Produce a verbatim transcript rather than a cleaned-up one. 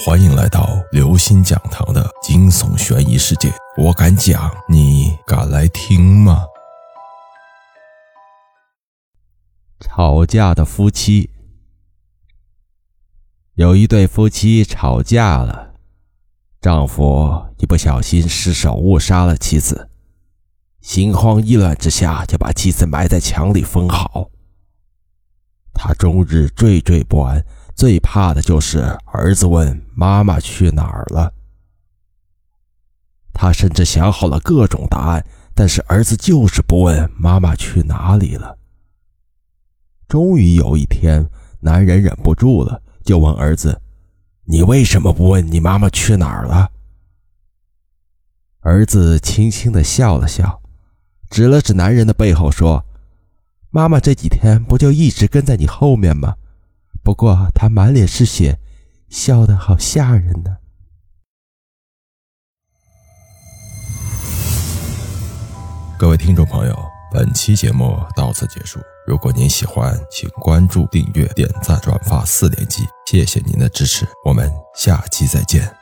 欢迎来到刘星讲堂的惊悚悬疑世界，我敢讲，你敢来听吗？ 吵架的夫妻。有一对夫妻吵架了，丈夫一不小心失手误杀了妻子，心慌意乱之下就把妻子埋在墙里封好。他终日惴惴不安，最怕的就是儿子问妈妈去哪儿了。他甚至想好了各种答案，但是儿子就是不问妈妈去哪里了。终于有一天，男人忍不住了，就问儿子：你为什么不问你妈妈去哪儿了？儿子轻轻地笑了笑，指了指男人的背后说：妈妈这几天不就一直跟在你后面吗？不过她满脸是血，笑得好吓人呢。 各位听众朋友，本期节目到此结束。如果您喜欢，请关注、订阅、点赞、转发四连击，谢谢您的支持，我们下期再见。